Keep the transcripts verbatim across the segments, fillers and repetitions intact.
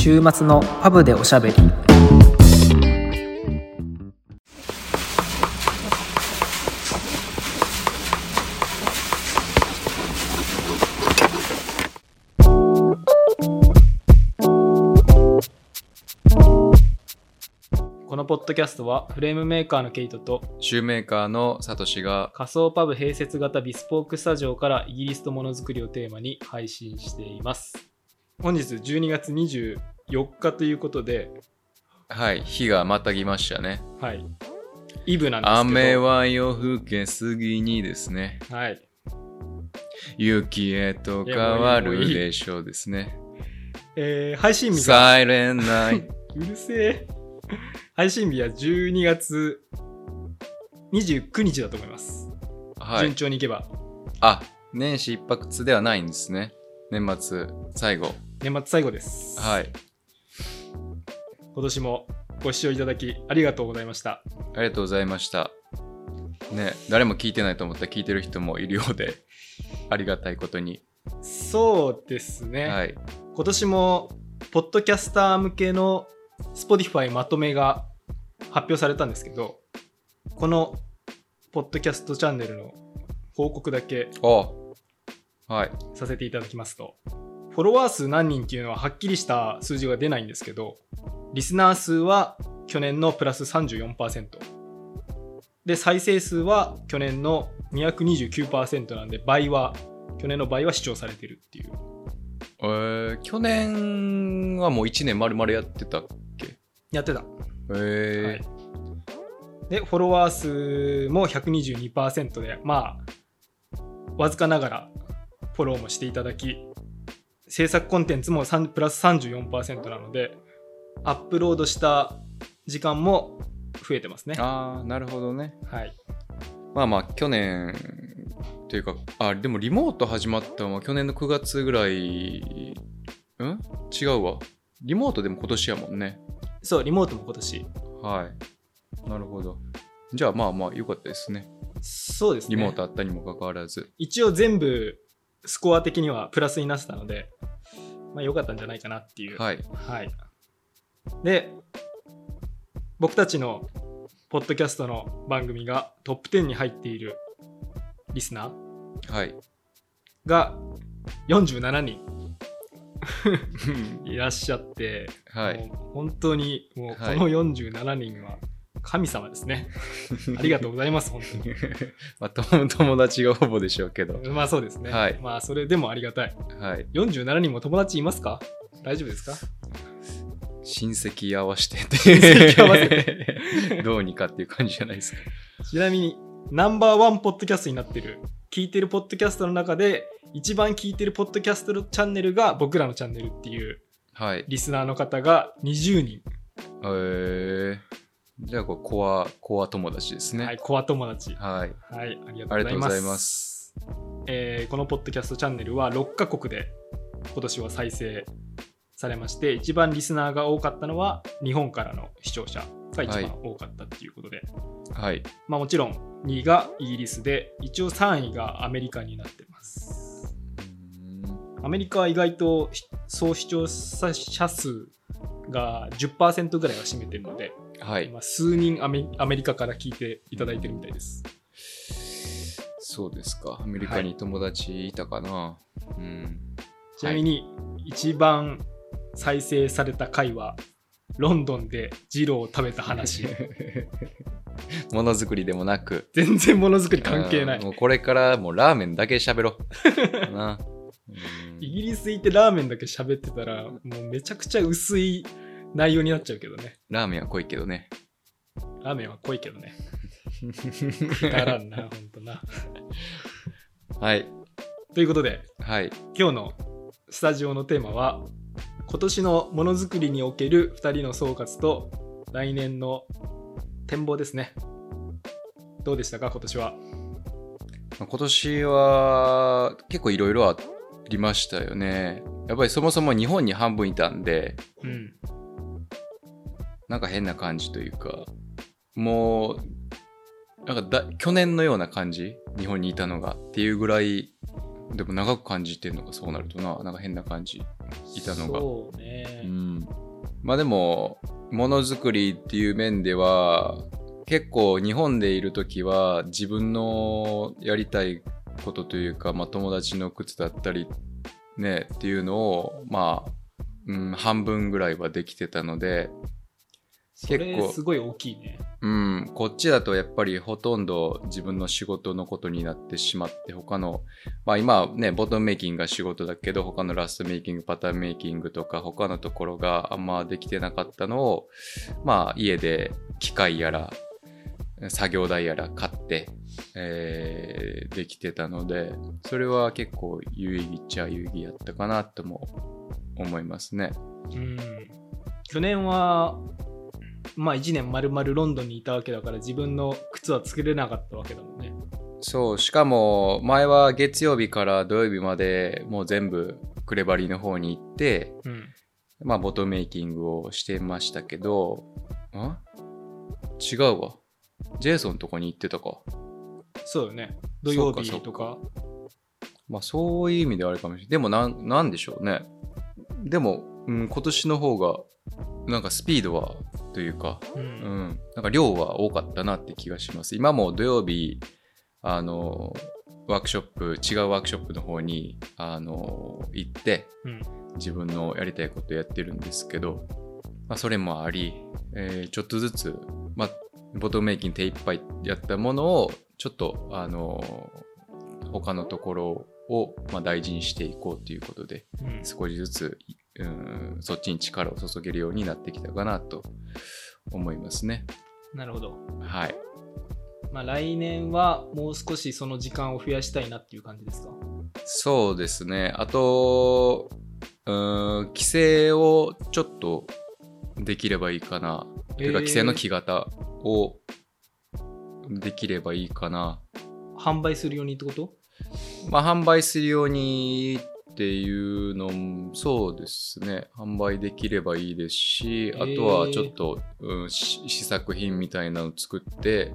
週末のパブでおしゃべり。このポッドキャストはフレームメーカーのケイトとシューメーカーのサトシが仮想パブ併設型ビスポークスタジオからイギリスとものづくりをテーマに配信しています。本日じゅうにがつにじゅうよっかということで、 はい、日がまたぎましたね。 はい、イブなんですけど、 雨は夜更けすぎにですね、 はい、 雪へと変わるでしょうですね。 えー、配信日がサイレンナイうるせえ配信日はじゅうにがつにじゅうくにちだと思います、はい、順調にいけば。 あ、年始一発ではないんですね。年末最後年末最後です。 はい、 今年もご視聴いただきありがとうございました。 ありがとうございましたね。誰も聞いてないと思ったら聞いてる人もいるようでありがたいことに。 そうですね、 はい、 今年もポッドキャスター向けの Spotify まとめが発表されたんですけど、このポッドキャストチャンネルの報告だけさせていただきますと、フォロワー数何人っていうのははっきりした数字が出ないんですけど、リスナー数は去年のプラス さんじゅうよんパーセント で、再生数は去年の にひゃくにじゅうきゅうパーセント なんで、倍は去年の倍は視聴されてるっていう。 えー、去年はもういちねん丸々やってたっけ？ やってた。 えーはい、でフォロワー数も ひゃくにじゅうにパーセント で、まあわずかながらフォローもしていただき、制作コンテンツもプラス さんじゅうよんパーセント なので、アップロードした時間も増えてますね。 ああ、なるほどね。 はい。 まあまあ去年というか、あ、でもリモート始まったのは去年のくがつぐらい。ん？違うわ。リモートでも今年やもんね。 そう、リモートも今年。 はい。なるほど。じゃあまあまあ良かったですね。 そうですね。 リモートあったにもかかわらず。 一応全部スコア的にはプラスになってたので、まあ良かったんじゃないかなっていう。 はい。 はい。で、僕たちのポッドキャストの番組がトップじゅうに入っているリスナーがよんじゅうななにんいらっしゃって、 はい、 もう本当にもうこのよんじゅうななにんは神様ですね。ありがとうございます、本当に。 まあ、友達がほぼでしょうけど。 まあそうですね。はい、まあそれでもありがたい。はい、よんじゅうななにんも友達いますか？大丈夫ですか？ 親戚合わせて親戚合わせてどうにかっていう感じじゃないですか。 ちなみにナンバーワンポッドキャストになってる、聞いてるポッドキャストの中で一番聞いてるポッドキャストのチャンネルが僕らのチャンネルっていうリスナーの方がにじゅうにん。へえー、じゃあこうコアコア友達ですね。 はい、コア友達。 はい、 はい、ありがとうございます。えー、このポッドキャストチャンネルはろっかこくで今年は再生されまして、一番リスナーが多かったのは日本からの視聴者が一番多かったっていうことで、 はい、 まあ、もちろんにいがイギリスで、一応さんいがアメリカになってます。アメリカは意外と総視聴者数が じゅっパーセント ぐらいは占めてるので、はい、まあ、数人ア メ, アメリカから聞いていただいてるみたいです。 そうですか。アメリカに友達いたかな、はい、うん、 ちなみに一番再生された回はロンドンでジローを食べた話。 ものづくりでもなく、 全然ものづくり関係ない。 もうこれからもうラーメンだけ喋ろうな。 うん、イギリス行ってラーメンだけ喋ってたらもうめちゃくちゃ薄い内容になっちゃうけどね。 ラーメンは濃いけどね。 ラーメンは濃いけどね。くだらんな、ほんとな。 はい。 ということで、 はい、 今日のスタジオのテーマは、今年のものづくりにおけるふたりの総括と来年の展望ですね。どうでしたか、今年は。 今年は結構いろいろありましたよね。やっぱりそもそも日本に半分いたんで、うん、なんか変な感じというか、もうなんかだ去年のような感じ、日本にいたのがっていうぐらいでも長く感じてるのが、そうなるとな、なんか変な感じいたのが。 そうね、 うん、まあでもものづくりっていう面では結構日本でいるときは自分のやりたいことというか、まあ、友達の靴だったりねっていうのをまあ、うん、半分ぐらいはできてたので結構それすごい大きいね。 うん、こっちだとやっぱりほとんど自分の仕事のことになってしまって他のまあ今ねボトムメイキングが仕事だけど他のラストメイキングパターンメイキングとか他のところがあんまできてなかったのをまあ家で機械やら作業台やら買って、えー、できてたのでそれは結構有意義っちゃ有意義やったかなとも思いますね。 うん、去年はまあいちねん丸々ロンドンにいたわけだから自分の靴は作れなかったわけだもんね。 そうしかも前は月曜日から土曜日までもう全部クレバリーの方に行って、うん、まあボトムメイキングをしてましたけどん違うわジェイソンのとこに行ってたか。 そうよね土曜日とかまあそういう意味であれかもしれない。でもな ん, なんでしょうね。でも、うん、今年の方がなんかスピードはというか、うんうん、なんか量は多かったなって気がします。今も土曜日あのワークショップ違うワークショップの方にあの行って、うん、自分のやりたいことやってるんですけど、まあ、それもあり、えー、ちょっとずつ、まあ、ボトムメイキング手いっぱいやったものをちょっとあの他のところを、まあ、大事にしていこうということで、うん、少しずつうん、そっちに力を注げるようになってきたかなと思いますね。 なるほど。 はい。 まあ来年はもう少しその時間を増やしたいなっていう感じですか？ そうですね。あと、うーん、規制をちょっとできればいいかな。というか規制の木型をできればいいかな。 販売するようにってこと？ まあ販売するようにっていうのもそうですね販売できればいいですし、あとはちょっと、うん、試作品みたいなのを作って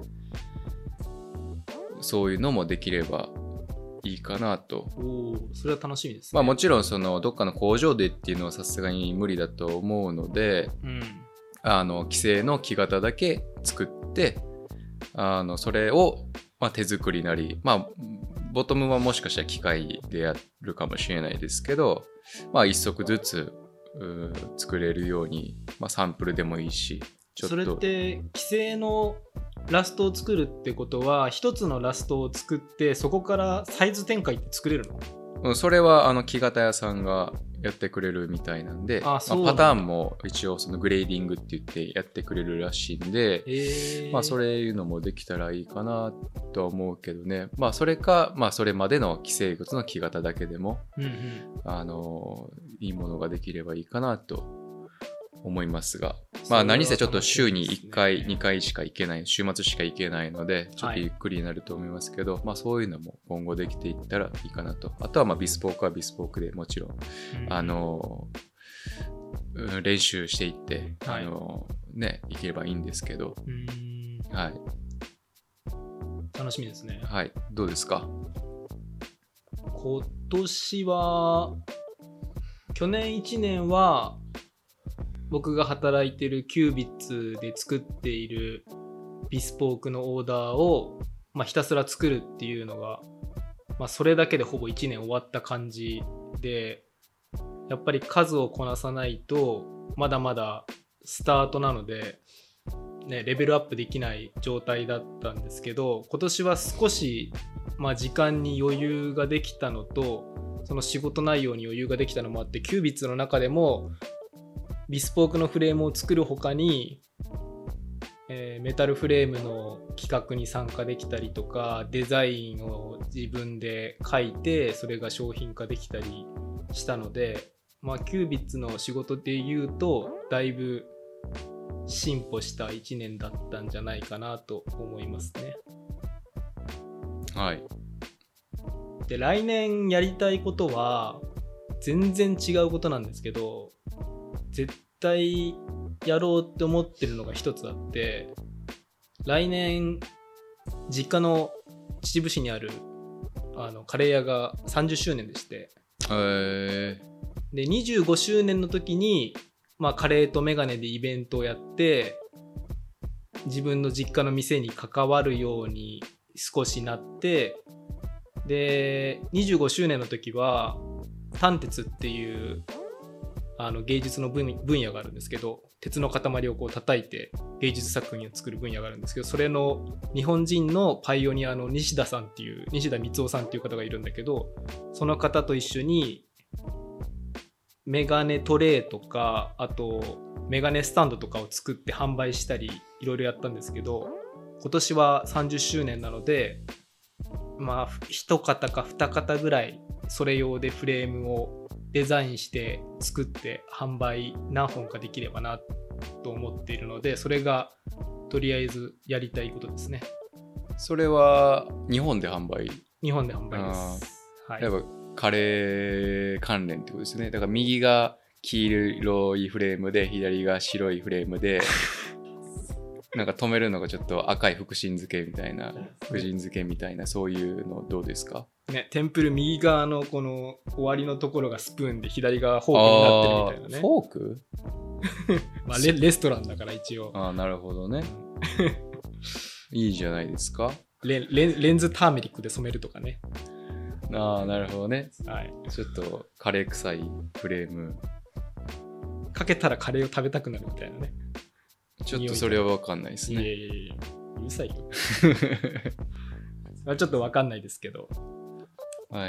そういうのもできればいいかなと。 おそれは楽しみですね。 まあもちろんそのどっかの工場でっていうのはさすがに無理だと思うので、うん、あの既製の木型だけ作ってあのそれを、まあ、手作りなりまあボトムはもしかしたら機械でやるかもしれないですけど、まあ一足ずつ作れるように、まあサンプルでもいいし、 ちょっとそれって既製のラストを作るってことは一つのラストを作ってそこからサイズ展開って作れるの？ うん、それはあの木型屋さんがやってくれるみたいなんで、ああまあ、パターンも一応そのグレーディングって言ってやってくれるらしいんで、えー、まあそれいうのもできたらいいかなとは思うけどね。まあそれかまあそれまでの既成物の木型だけでも、うんうん、あのいいものができればいいかなと思いますが、まあ何せちょっと週にいっかい、にかいしか行けない、週末しか行けないので、ちょっとゆっくりになると思いますけど、はい、まあそういうのも今後できていったらいいかなと。あとはまあビスポークはビスポークでもちろん、うん、あの、練習していって、はい、あの、ね、いければいいんですけど、うんはい。 楽しみですね。 はい。どうですか？ 今年は、去年いちねんは、僕が働いてるキュービッツで作っているビスポークのオーダーを、まあ、ひたすら作るっていうのが、まあ、それだけでほぼいちねん終わった感じで、やっぱり数をこなさないとまだまだスタートなので、ね、レベルアップできない状態だったんですけど、今年は少し、まあ、時間に余裕ができたのと、その仕事内容に余裕ができたのもあって、キュービッツの中でもビスポークのフレームを作る他に、えー、メタルフレームの企画に参加できたりとか、デザインを自分で書いてそれが商品化できたりしたので、まあ、キュービッツの仕事でいうとだいぶ進歩したいちねんだったんじゃないかなと思いますね。 はい。 で、来年やりたいことは全然違うことなんですけど、絶対やろうって思ってるのが一つあって、来年実家の秩父市にあるあのカレー屋がさんじゅっしゅうねんでして、 へー。 でにじゅうごしゅうねんの時にまあカレーとメガネでイベントをやって、自分の実家の店に関わるように少しなって、でにじゅうごしゅうねんの時は炭鉄っていうあの芸術の 分, 分野があるんですけど、鉄の塊をこう叩いて芸術作品を作る分野があるんですけど、それの日本人のパイオニアの西田さんっていう西田光雄さんっていう方がいるんだけど、その方と一緒にメガネトレーとか、あとメガネスタンドとかを作って販売したりいろいろやったんですけど、今年はさんじゅっしゅうねんなので、まあ一型か二型ぐらいそれ用でフレームをデザインして作って販売何本かできればなと思っているので、それがとりあえずやりたいことですね。 それは日本で販売？ 日本で販売です。はい、 やっぱカレー関連ってことですね。だから右が黄色いフレームで左が白いフレームでなんか止めるのがちょっと赤い福神漬けみたいな、福神漬けみたいな、そういうのどうですかね。テンプル右側のこの終わりのところがスプーンで左側フォークになってるみたいなね。 フォークまあ レ, レストランだから一応。 ああ、なるほどね。いいじゃないですか。 レ, レ, レンズターメリックで染めるとかね。 ああ、なるほどね。 はい。 ちょっとカレー臭いフレームかけたらカレーを食べたくなるみたいなね。 ちょっとそれは分かんないですね。 いやいやいや、うるさいよ。ちょっと分かんないですけど。 はい、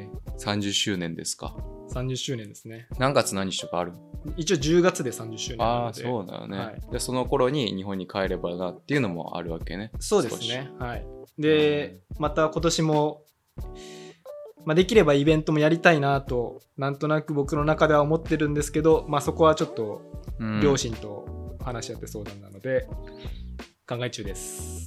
さんじゅっしゅうねんですか。 さんじゅっしゅうねんですね。 何月何日とかある？ 一応じゅうがつでさんじゅっしゅうねんなので。 ああ、そうだよね、 はい、 でその頃に日本に帰ればなっていうのもあるわけね。 そうですね。はい。で、また今年も、まあ、できればイベントもやりたいなとなんとなく僕の中では思ってるんですけど、まあ、そこはちょっと両親と話し合って相談なので考え中です。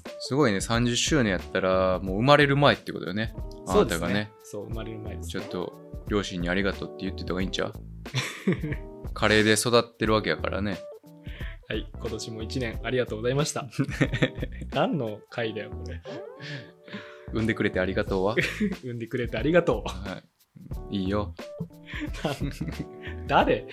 すごいね。さんじゅっしゅうねんやったらもう生まれる前ってことよね。あなたがね。 そう、生まれる前です、ね。 ちょっと両親にありがとうって言ってた方がいいんちゃう？カレーで育ってるわけやからね。 はい、今年もいちねんありがとうございました。何の回だよこれ。 産んでくれてありがとうは産んでくれてありがとう。 はい、いいよ。 誰？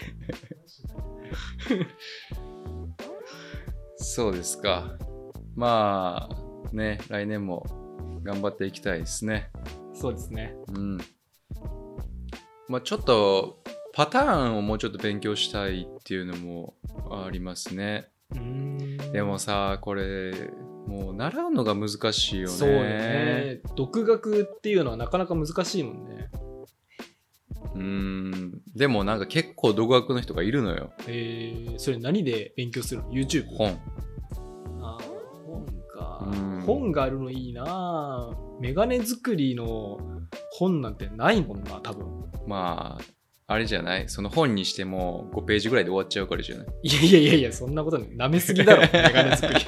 そうですか。まあね、来年も頑張っていきたいですね。 そうですね。 うん。まあちょっとパターンをもうちょっと勉強したいっていうのもありますね。 うーん。 でもさ、これもう習うのが難しいよね。 そうね。独学っていうのはなかなか難しいもんね。 うーん。でもなんか結構独学の人がいるのよ。 えー、それ何で勉強するの？ YouTube？ 本。 あ、本か。 うん。 本があるのいいな。メガネ作りの本なんてないもんな、多分。 まああれじゃない？その本にしてもごページぐらいで終わっちゃうからじゃない？ いやいやいやいや、そんなことない。舐めすぎだろ、メガネ作り。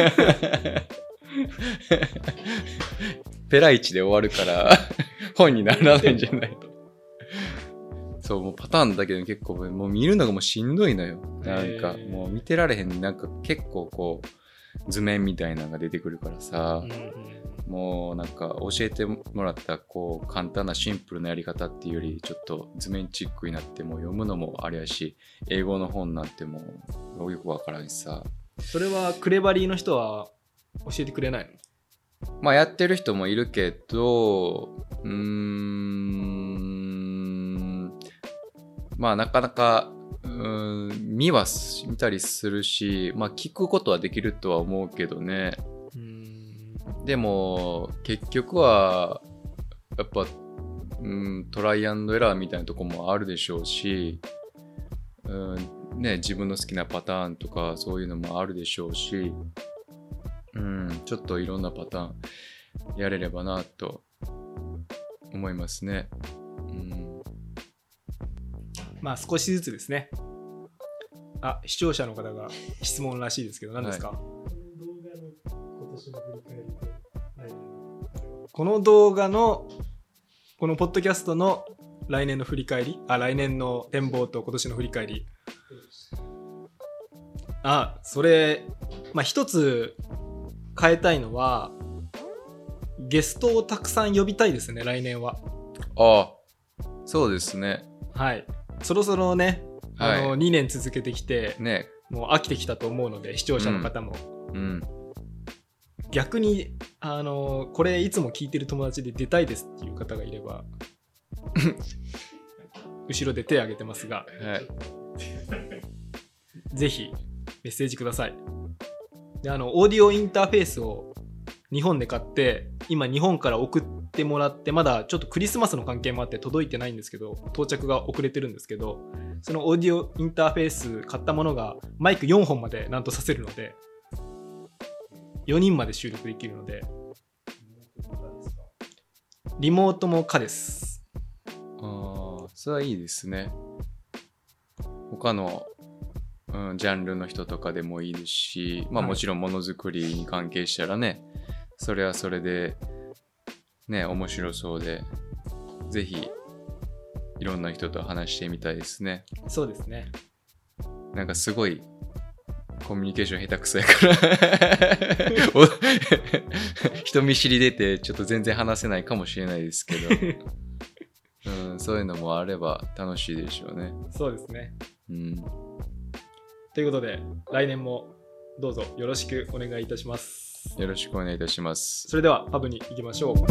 ペライチで終わるから本にならないんじゃない？そう、もうパターンだけで結構もう見るのがもうしんどいのよ。なんかもう見てられへん。なんか結構こう図面みたいなのが出てくるからさ、うんうん、もうなんか教えてもらったこう簡単なシンプルなやり方っていうよりちょっと図面チックになっても読むのもあれやし、英語の本なんてもうよくわからんしさ。 それはクレバリーの人は教えてくれないの？ まあやってる人もいるけど、うーん、まあなかなかうーん見は見たりするし、まあ聞くことはできるとは思うけどね。うーん、でも結局はやっぱ、うん、トライアンドエラーみたいなとこもあるでしょうし、うんね、自分の好きなパターンとかそういうのもあるでしょうし、うん、ちょっといろんなパターンやれればなと思いますね。うん、 まあ少しずつですね。あ、視聴者の方が質問らしいですけど、何ですか？はい、この動画のこのポッドキャストの来年の振り返り、あ、来年の展望と今年の振り返り。あ、それ、まあ一つ変えたいのはゲストをたくさん呼びたいですね、来年は。 ああ、そうですね。 はい、そろそろね、 あのにねん続けてきて、 ね、 もう飽きてきたと思うので視聴者の方も、 うん、 逆にあのこれいつも聞いてる友達で出たいですっていう方がいれば後ろで手を挙げてますが、はい、ぜひメッセージください。であのオーディオインターフェースを日本で買って今日本から送ってもらって、まだちょっとクリスマスの関係もあって届いてないんですけど、到着が遅れてるんですけど、そのオーディオインターフェース買ったものがマイクよんほんまでなんとさせるので、よにんまで収録できるので。リモートも可です。 ああ、それはいいですね。他の、うん、ジャンルの人とかでもいいですし、まあもちろんものづくりに関係したらね、それはそれでね、面白そうで、ぜひいろんな人と話してみたいですね。 そうですね。 なんかすごいコミュニケーション下手くそやから人見知り出てちょっと全然話せないかもしれないですけど、うん、そういうのもあれば楽しいでしょうね。 そうですね。 うん。 ということで来年もどうぞよろしくお願いいたします。 よろしくお願いいたします。 それではパブに行きましょう。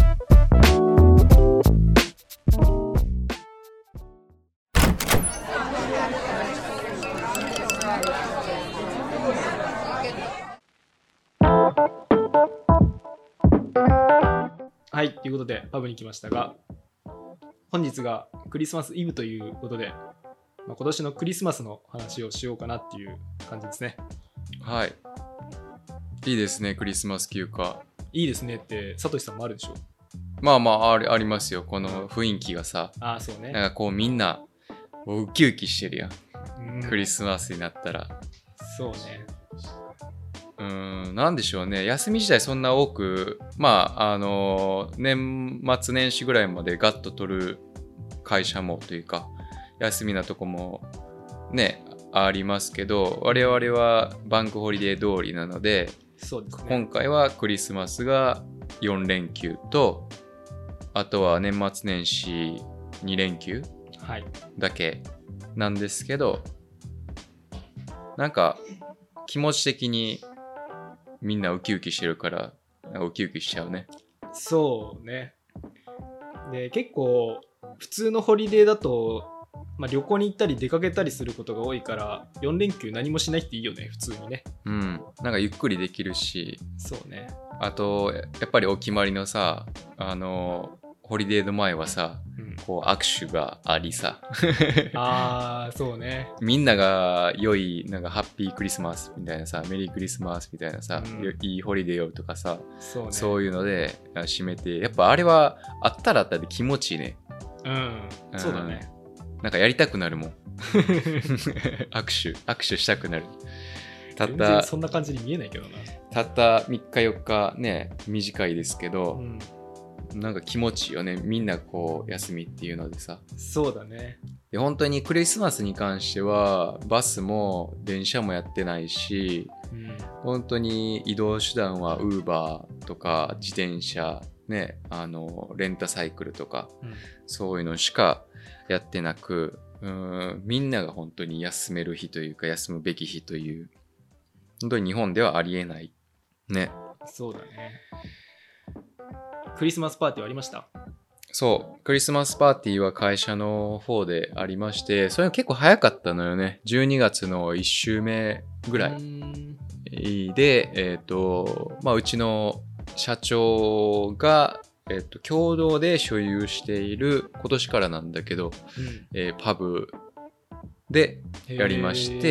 はい、ということでパブに来ましたが、本日がクリスマスイブということで、まあ、今年のクリスマスの話をしようかなっていう感じですね。 はい。いいですね、クリスマス休暇。 いいですねって、サトシさんもあるでしょ？ まあまあ、あり、ありますよ。この雰囲気がさ。 ああ、そうね。 なんかこうみんな、ウキウキしてるやん。 うん、 クリスマスになったら。 そうね。 うーん、なんでしょうね。休み自体そんな多く、まあ、あの、年末年始ぐらいまでガッと取る会社もというか、休みなとこもね、ありますけど、我々はバンクホリデー通りなので、 そうですね、 今回はクリスマスがよん連休と、あとは年末年始に連休だけなんですけど、なんか気持ち的にみんなウキウキしてるからウキウキしちゃうね。 そうね。で結構普通のホリデーだと、まあ、旅行に行ったり出かけたりすることが多いから、よん連休何もしないっていいよね、普通にね。 うん、なんかゆっくりできるし、 そうね。 あとやっぱりお決まりのさ、あのホリデーの前はさ、うん、こう握手がありさあーそうね。 みんなが良いなんかハッピークリスマスみたいなさ、メリークリスマスみたいなさ、うん、いいホリデーよとかさ、 そうね、 そういうので締めて、やっぱあれはあったらあったで気持ちいいね。 うん、うん、そうだね。 なんかやりたくなるもん握手握手したくなる。 たった全然そんな感じに見えないけどな。 たったみっかよっかね、短いですけど、うん、なんか気持ちいいよね、みんなこう休みっていうのでさ。 そうだね。 で本当にクリスマスに関してはバスも電車もやってないし、うん、本当に移動手段はウーバーとか自転車ね、あのレンタサイクルとか、うん、そういうのしかやってなく、うーん、みんなが本当に休める日というか休むべき日という、本当に日本ではありえないね。 そうだね。クリスマスパーティーはありました？ そう、クリスマスパーティーは会社の方でありまして、それ結構早かったのよね。じゅうにがつのいち週目ぐらいで、えっと、まあうちの社長がえっと、共同で所有している、今年からなんだけど、うんえー、パブでやりまして、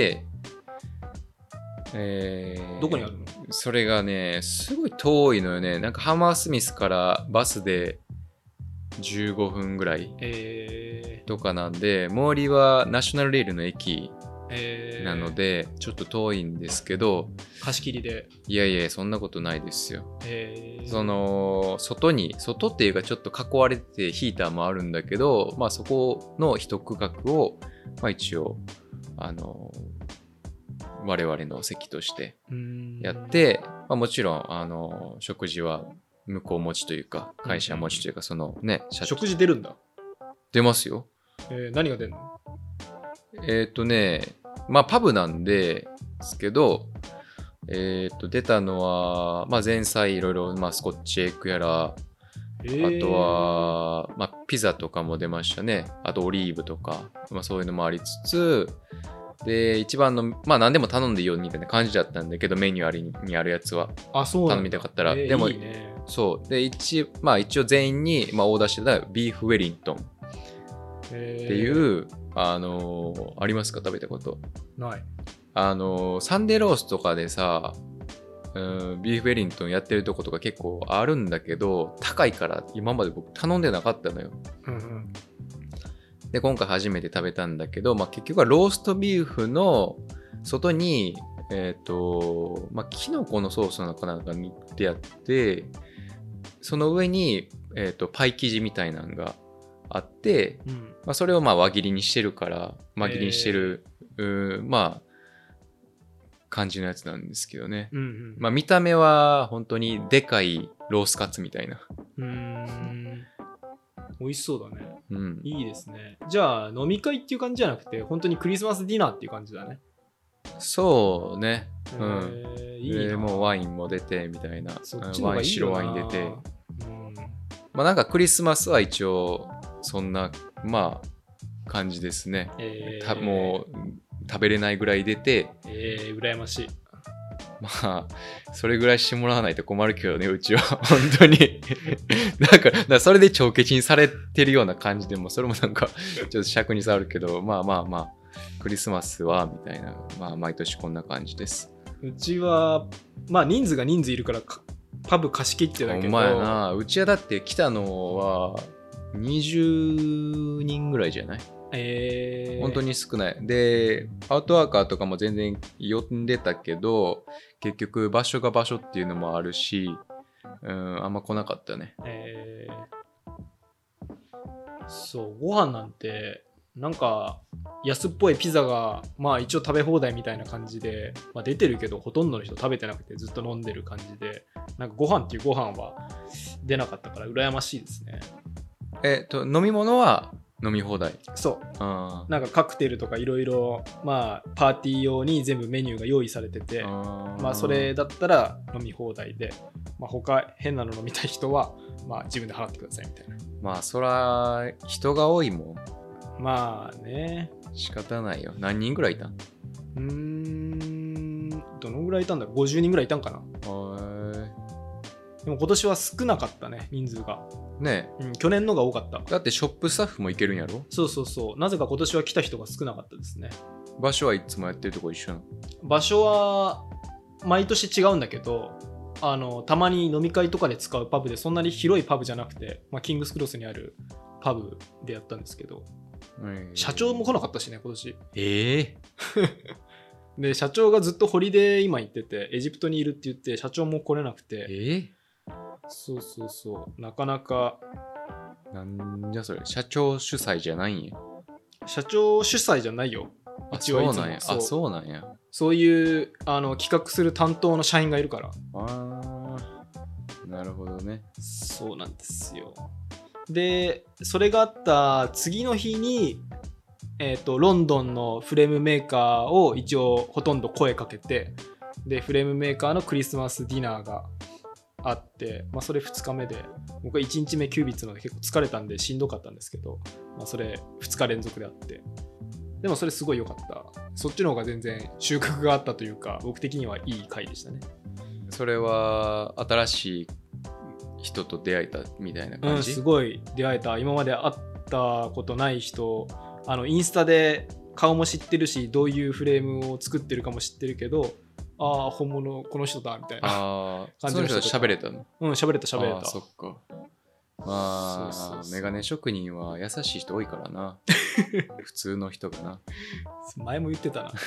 えー、どこにあるの？ それがね、すごい遠いのよね。なんかハマースミスからバスでじゅうごふんぐらいとかなんで、最寄りはナショナルレールの駅なので、えー、ちょっと遠いんですけど、 貸し切りで？ いやいや、そんなことないですよ。えー、その外に外っていうかちょっと囲われてヒーターもあるんだけど、まあそこの一区画を、まあ、一応あの我々の席としてやって、まあ、もちろんあの食事は向こう持ちというか会社持ちというか、そのね、 社長食事出るんだ？ 出ますよ。 えー、何が出るの？ えっ、ー、とね、まあパブなんですけど、えっ、ー、と出たのは、まあ前菜いろいろ、まあスコッチエッグやら、えー、あとは、まあピザとかも出ましたね。あとオリーブとか、まあそういうのもありつつ、で、一番の、まあ何でも頼んでいいよみたいな感じだったんだけど、メニューありにあるやつは。 あ、そう頼みたかったら。 えー、 でも、 いいね、 そう。で、一、まあ一応全員に、まあオーダーしてたビーフウェリントンっていう、あのー、ありますか？食べたこと。 ない。 あのー、サンデーロースとかでさ、うん、ビーフウェリントンやってるとことか結構あるんだけど、高いから今まで僕頼んでなかったのよ。うんうん、で、今回初めて食べたんだけど、まあ、結局はローストビーフの外に、えっと、まあ、キノコのソースの中なんか塗ってあって、その上に、えっと、パイ生地みたいなのがあって、うん、まあ、それをまあ輪切りにしてるから、輪切りにしてる、えー、まあ、感じのやつなんですけどね。うんうん、まあ、見た目は本当にでかいロースカツみたいな。 うーん。美味しそうだね。うん。いいですね。じゃあ、飲み会っていう感じじゃなくて、本当にクリスマスディナーっていう感じだね。 そうね。うん。 えー、いいな。 でもうワインも出てみたいな。 そっちの方がいいよな。 ワイン、白ワイン出て。うん。まあなんかクリスマスは一応、そんな、まあ、感じですね。えー、たもう、食べれないぐらい出て。 えー、羨ましい。 まあ、それぐらいしてもらわないと困るけどね、うちは。本当に。だから、だからそれで帳消しにされてるような感じでも、それもなんか、ちょっと尺に触るけど、まあまあまあ、クリスマスは、みたいな、まあ、毎年こんな感じです。 うちは、まあ、人数が人数いるから、パブ貸し切ってだけど。 お前な、うちはだって来たのは、にじゅうにんぐらいじゃない？えー、本当に少ない。で、アウトワーカーとかも全然呼んでたけど、結局場所が場所っていうのもあるし、うん、あんま来なかったね。えー、そう、ご飯なんて、なんか安っぽいピザが、まあ一応食べ放題みたいな感じで、まあ、出てるけど、ほとんどの人食べてなくてずっと飲んでる感じで、なんかご飯っていうご飯は出なかったから羨ましいですね。 えっと、飲み物は飲み放題。 そう。あ、なんかカクテルとかいろいろ、まあパーティー用に全部メニューが用意されてて、あ、まあそれだったら飲み放題で、まあ他変なの飲みたい人は、まあ自分で払ってくださいみたいな。 まあそら、人が多いもん。 まあね。 仕方ないよ。何人ぐらいいた？うーん、どのぐらいいたんだろう？ごじゅうにんぐらいいたんかな。はい。でも今年は少なかったね、人数が。ねえ、うん、去年のが多かった。 だってショップスタッフも行けるんやろ？ そうそうそう。なぜか今年は来た人が少なかったですね。 場所はいつもやってるとこ一緒なの？ 場所は毎年違うんだけど、あのたまに飲み会とかで使うパブで、そんなに広いパブじゃなくて、まあ、キングスクロスにあるパブでやったんですけど、社長も来なかったしね今年。ええー、で社長がずっとホリデー今行ってて、エジプトにいるって言って社長も来れなくて。えー、そうそうそう、なかなか。 なんじゃそれ、社長主催じゃないんや？ 社長主催じゃないよ。 一応いつも。そうなんや。あ、そうなんや。 そういうあの企画する担当の社員がいるから。 あー、なるほどね。 そうなんですよ。でそれがあった次の日に、えーと、ロンドンのフレームメーカーを一応ほとんど声かけて、でフレームメーカーのクリスマスディナーがあって、まあ、それふつかめで、僕はいちにちめキュービッツので結構疲れたんでしんどかったんですけど、まあ、それふつか連続であって、でもそれすごい良かった。そっちの方が全然収穫があったというか、僕的にはいい回でしたね。 それは新しい人と出会えたみたいな感じ？ うん、すごい出会えた。今まで会ったことない人、あのインスタで顔も知ってるし、どういうフレームを作ってるかも知ってるけど、ああ本物この人だみたいな感じの人とか。 その人喋れたの？ うん、喋れた喋れた。 あ、そっか。まあそうそうそう、メガネ職人は優しい人多いからな。普通の人がな。 前も言ってたな。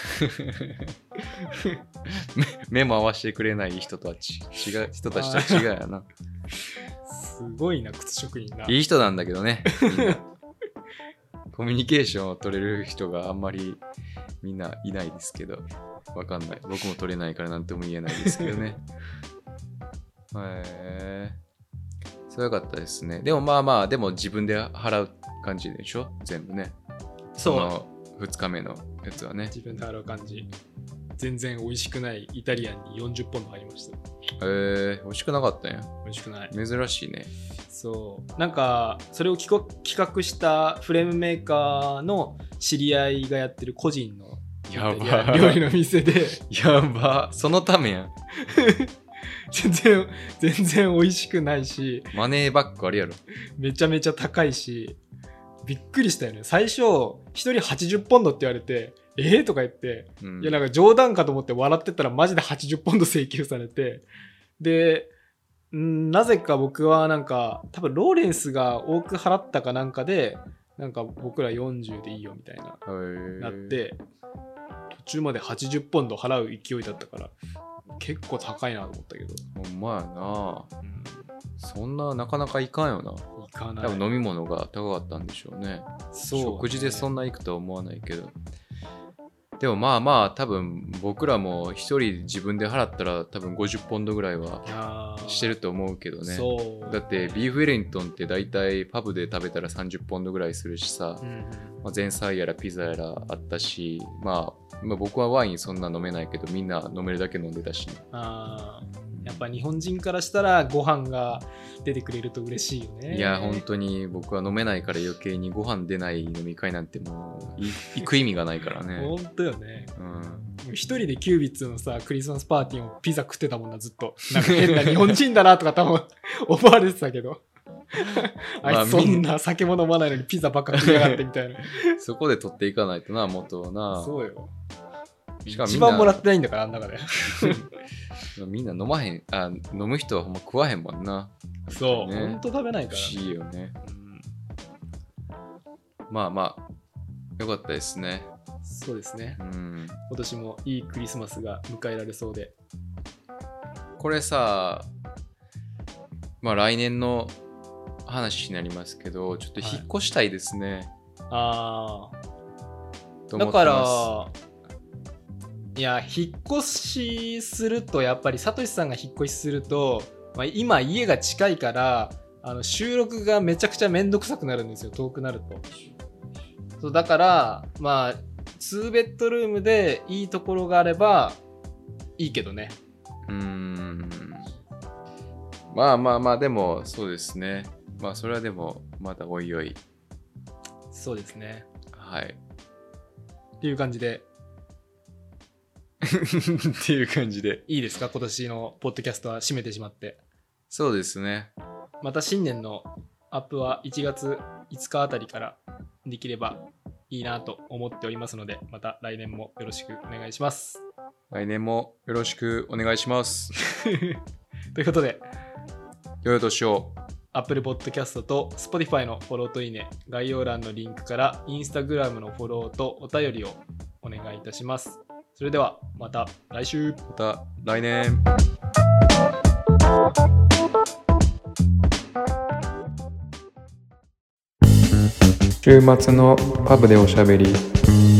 目も合わせてくれない人たち違う人たちとは違うやな。 すごいな、靴職人な。 いい人なんだけどね、みんな。コミュニケーションを取れる人があんまりみんないないですけど、わかんない。僕も取れないからなんとも言えないですけどね。へー、そうよかったですね。でもまあまあ、でも自分で払う感じでしょ、全部ね。 そう。 そのふつかめのやつはね。 自分で払う感じ。全然美味しくないイタリアンによんじゅっポンド入りました。 えー、美味しくなかったんや。 美味しくない。 珍しいね。 そうなんかそれを企画したフレームメーカーの知り合いがやってる個人のやば料理の店でやばそのためやん全然全然美味しくないしマネーバックあるやろ。 めちゃめちゃ高いしびっくりしたよね。最初ひとりはちじゅっポンドって言われてえーとか言って、うん、いやなんか冗談かと思って笑ってたらマジではちじゅっポンド請求されて、でんなぜか僕はなんか多分ローレンスが多く払ったかなんかでなんか僕らよんじゅうでいいよみたいななって途中まではちじゅっポンド払う勢いだったから結構高いなと思ったけど。 ほんまやな、うん、そんななかなかいかんよな。 いかない。 多分飲み物が高かったんでしょうね。そうね、食事でそんな行くとは思わないけど。でもまあまあ多分僕らも一人自分で払ったら多分ごじゅっポンドぐらいはしてると思うけどね。だってビーフウェリントンって大体パブで食べたらさんじゅっポンドぐらいするしさ、うんまあ、前菜やらピザやらあったし、まあ、まあ僕はワインそんな飲めないけどみんな飲めるだけ飲んでたし、ね、 あやっぱ日本人からしたらご飯が出てくれると嬉しいよね。 いや本当に僕は飲めないから余計にご飯出ない飲み会なんてもう行く意味がないからね。 本当よね。うん、一人でキュービッツのさクリスマスパーティーをピザ食ってたもんなずっと。なんか変な日本人だなとか多分思われてたけどあいつそんな酒も飲まないのにピザばっか食いやがってみたいなそこで取っていかないとな元はな。 そうよ。しかも一番もらってないんだからあん中でみんな飲まへんあ飲む人はほんま食わへんもんな。 そう、ね、ほんと食べないから、ね、 不思議よね、うん、まあまあよかったですね。 そうですね、 うん、 今年もいいクリスマスが迎えられそうで。 これさまあ来年の話になりますけどちょっと引っ越したいですね、 はい、ああだからいや引っ越しするとやっぱりサトシさんが引っ越しすると、まあ、今家が近いからあの収録がめちゃくちゃめんどくさくなるんですよ遠くなると。そうだからまあにベッドルームでいいところがあればいいけどね。 うーんまあまあまあでもそうですね。まあそれはでもまだおいおい。 そうですね。 はいっていう感じでっていう感じでいいですか。今年のポッドキャストは締めてしまって。 そうですね。 また新年のアップはいちがついつかあたりからできればいいなと思っておりますのでまた来年もよろしくお願いします。 来年もよろしくお願いしますということで良いお年を。 Apple Podcast と Spotify のフォローといいね概要欄のリンクから Instagram のフォローとお便りをお願いいたします。それではまた来週。 また来年。週末のパブでおしゃべり。